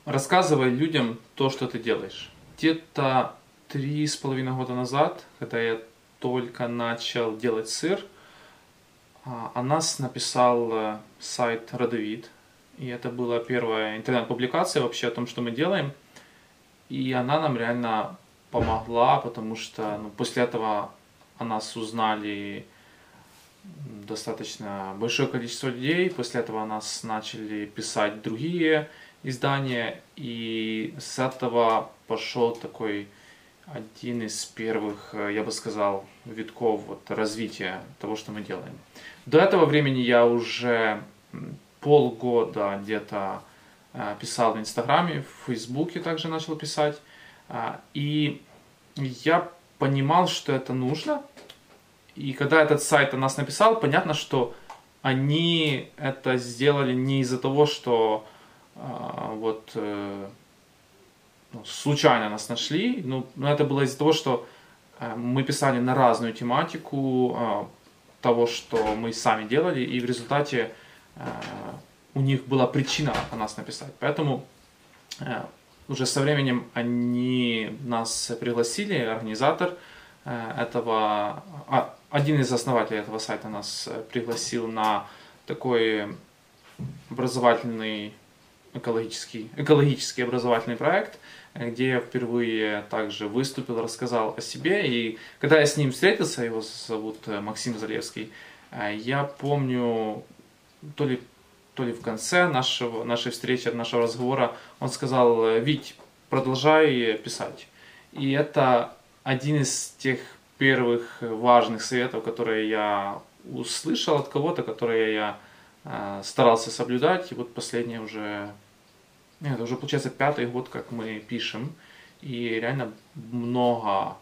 Рассказывай людям то, что ты делаешь. Где-то 3,5 года назад, когда я только начал делать сыр, о нас написал сайт Родовид. И это была первая интернет-публикация вообще о том, что мы делаем. И она нам реально помогла, потому что после этого о нас узнали достаточно большое количество людей. После этого о нас начали писать другие издания. И с этого пошел такой один из первых, я бы сказал, витков развития того, что мы делаем. До этого времени я уже полгода где-то писал в Инстаграме, в Фейсбуке также начал писать. И я понимал, что это нужно. И когда этот сайт о нас написал, понятно, что они это сделали не из-за того, что случайно нас нашли, но это было из-за того, что мы писали на разную тематику того, что мы сами делали, и в результате у них была причина о нас написать. Поэтому уже со временем они нас пригласили, организатор этого, один из основателей этого сайта нас пригласил на такой образовательный экологический образовательный проект, где я впервые также выступил, рассказал о себе. И когда я с ним встретился, его зовут Максим Залевский, я помню, то ли в конце нашей встречи, нашего разговора, он сказал: «Вить, продолжай писать». И это один из тех первых важных советов, которые я услышал от кого-то, которые я старался соблюдать. И вот последнее это уже получается 5-й год, как мы пишем. И реально много,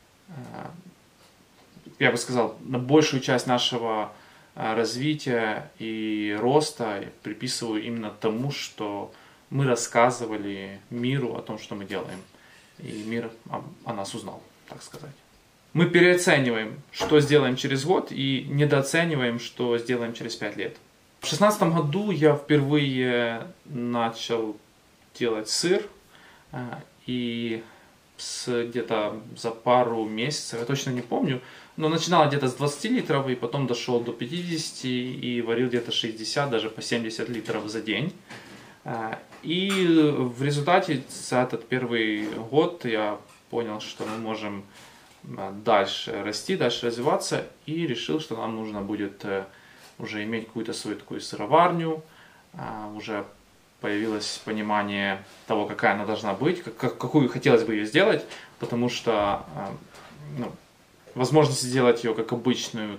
я бы сказал, на большую часть нашего развития и роста я приписываю именно тому, что мы рассказывали миру о том, что мы делаем. И мир о нас узнал, так сказать. Мы переоцениваем, что сделаем через год, и недооцениваем, что сделаем через 5 лет. В 2016 году я впервые начал делать сыр, и где-то за пару месяцев, я точно не помню, но начинал где-то с 20 литров, и потом дошел до 50, и варил где-то 60, даже по 70 литров за день. И в результате за этот первый год я понял, что мы можем дальше расти, дальше развиваться, и решил, что нам нужно будет уже иметь какую-то свою такую сыроварню. Уже появилось понимание того, какая она должна быть, какую хотелось бы ее сделать, потому что возможности сделать ее как обычную,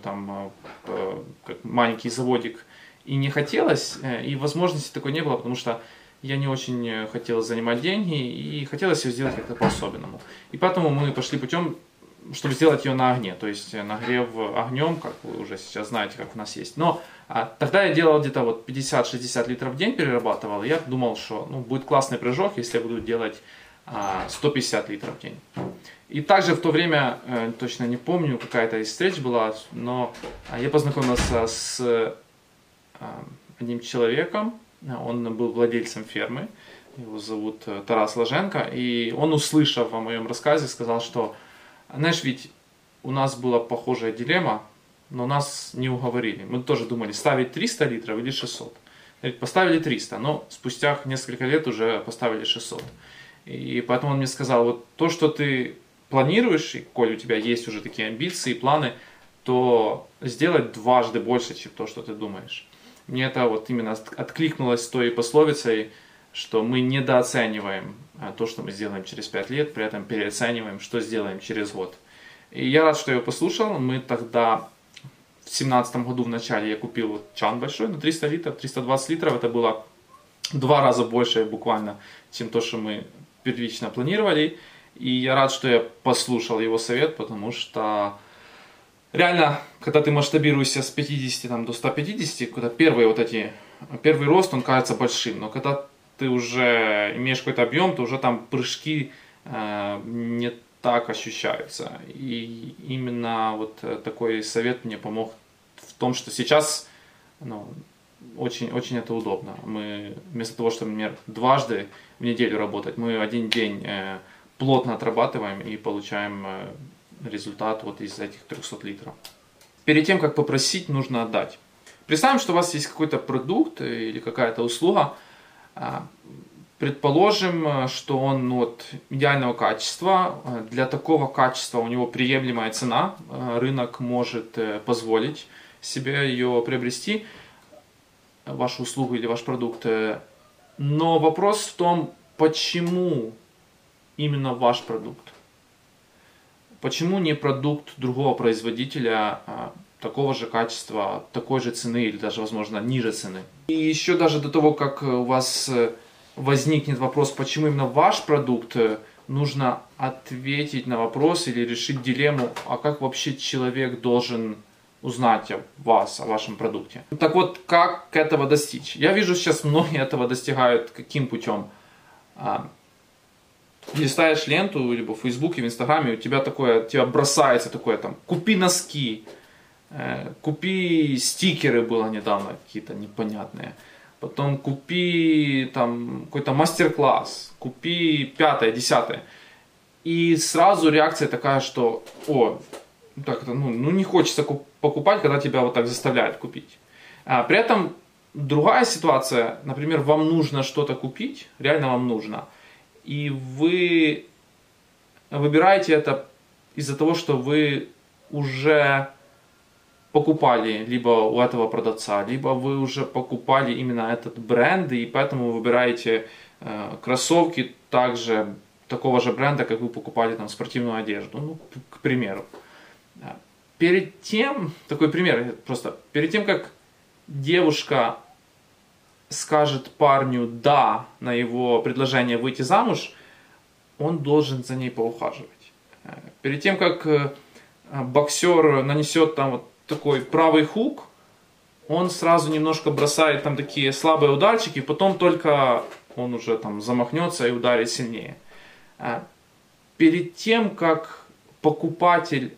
как маленький заводик, и не хотелось, и возможности такой не было, потому что я не очень хотел занимать деньги, и хотелось ее сделать как-то по-особенному. И поэтому мы пошли путем, чтобы сделать ее на огне, то есть нагрев огнем, как вы уже сейчас знаете, как у нас есть. Но тогда я делал где-то 50-60 литров в день, перерабатывал, и я думал, что будет классный прыжок, если я буду делать 150 литров в день. И также в то время, точно не помню, какая-то из встреч была, но я познакомился с одним человеком, он был владельцем фермы, его зовут Тарас Ложенко, и он, услышав о моем рассказе, сказал, что: «Знаешь, ведь у нас была похожая дилемма, но нас не уговорили. Мы тоже думали, ставить 300 литров или 600. Поставили 300, но спустя несколько лет уже поставили 600. И поэтому он мне сказал: то, что ты планируешь, и коль у тебя есть уже такие амбиции, планы, то сделать дважды больше, чем то, что ты думаешь». Мне это именно откликнулось с той пословицей, что мы недооцениваем то, что мы сделаем через 5 лет, при этом переоцениваем, что сделаем через год. И я рад, что я его послушал. Мы тогда в 2017 году в начале я купил чан большой на 300 литров, 320 литров. Это было 2 раза больше буквально, чем то, что мы первично планировали. И я рад, что я послушал его совет, потому что реально, когда ты масштабируешься с 50 до 150, когда первый рост, он кажется большим, но когда ты уже имеешь какой-то объем, то уже там прыжки не так ощущаются. И именно такой совет мне помог в том, что сейчас очень, очень это удобно. Мы вместо того, чтобы, например, дважды в неделю работать, мы один день плотно отрабатываем и получаем результат вот из этих 300 литров. Перед тем, как попросить, нужно отдать. Представим, что у вас есть какой-то продукт или какая-то услуга. Предположим, что он вот идеального качества. Для такого качества у него приемлемая цена. Рынок может позволить себе ее приобрести, вашу услугу или ваш продукт. Но вопрос в том, почему именно ваш продукт? Почему не продукт другого производителя такого же качества, такой же цены или даже, возможно, ниже цены? И еще даже до того, как у вас возникнет вопрос, почему именно ваш продукт, нужно ответить на вопрос или решить дилемму, а как вообще человек должен узнать о вас, о вашем продукте. Так вот, как этого достичь? Я вижу, сейчас многие этого достигают каким путем? Листаешь ленту, либо в Фейсбуке, в Инстаграме, у тебя бросается такое там, купи носки, купи стикеры, было недавно какие-то непонятные, потом купи там какой-то мастер-класс, купи 5-е, 10-е. И сразу реакция такая, что, так это, не хочется покупать, когда тебя вот так заставляют купить. При этом другая ситуация, например, вам нужно что-то купить, реально вам нужно, и вы выбираете это из-за того, что вы уже покупали либо у этого продавца, либо вы уже покупали именно этот бренд, и поэтому выбираете кроссовки также такого же бренда, как вы покупали там спортивную одежду, к примеру. Перед тем, такой пример, просто перед тем, как девушка скажет парню «да» на его предложение выйти замуж, он должен за ней поухаживать. Перед тем, как боксер нанесет там вот такой правый хук, он сразу немножко бросает там такие слабые ударчики, потом только он уже там замахнется и ударит сильнее. Перед тем, как покупатель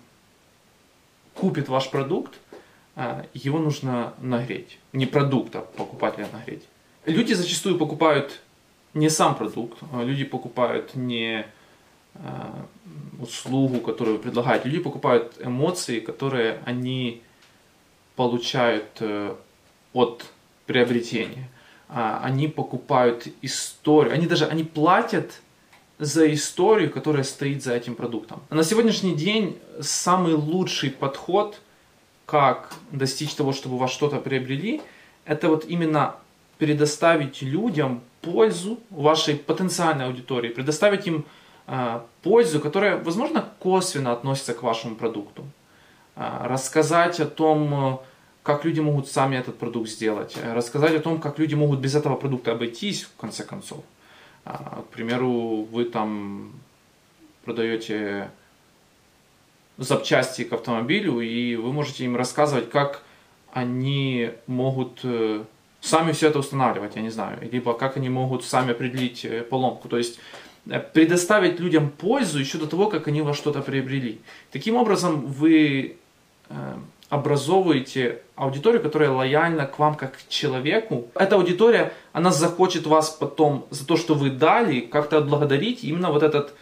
купит ваш продукт, его нужно нагреть. Не продукт, а покупателя нагреть. Люди зачастую покупают не сам продукт, люди покупают не услугу, которую вы предлагаете. Люди покупают эмоции, которые они получают от приобретения. Они покупают историю. Они платят за историю, которая стоит за этим продуктом. На сегодняшний день самый лучший подход, как достичь того, чтобы у вас что-то приобрели, это вот именно предоставить людям пользу вашей потенциальной аудитории, предоставить им пользу, которая, возможно, косвенно относится к вашему продукту. Рассказать о том, как люди могут сами этот продукт сделать. Рассказать о том, как люди могут без этого продукта обойтись, в конце концов. К примеру, вы там продаете запчасти к автомобилю, и вы можете им рассказывать, как они могут сами все это устанавливать, я не знаю, либо как они могут сами определить поломку. То есть предоставить людям пользу еще до того, как они у вас что-то приобрели. Таким образом, вы образовываете аудиторию, которая лояльна к вам как к человеку. Эта аудитория, она захочет вас потом за то, что вы дали, как-то отблагодарить. И именно вот этот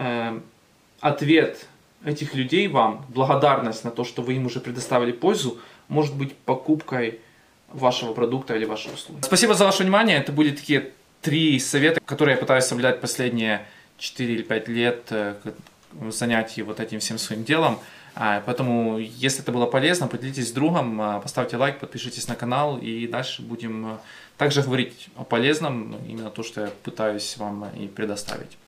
ответ этих людей вам, благодарность на то, что вы им уже предоставили пользу, может быть покупкой вашего продукта или вашей услуги. Спасибо за ваше внимание. Это были такие 3 совета, которые я пытаюсь соблюдать последние 4 или 5 лет в занятии вот этим всем своим делом. Поэтому, если это было полезно, поделитесь с другом, поставьте лайк, подпишитесь на канал, и дальше будем также говорить о полезном, именно то, что я пытаюсь вам и предоставить.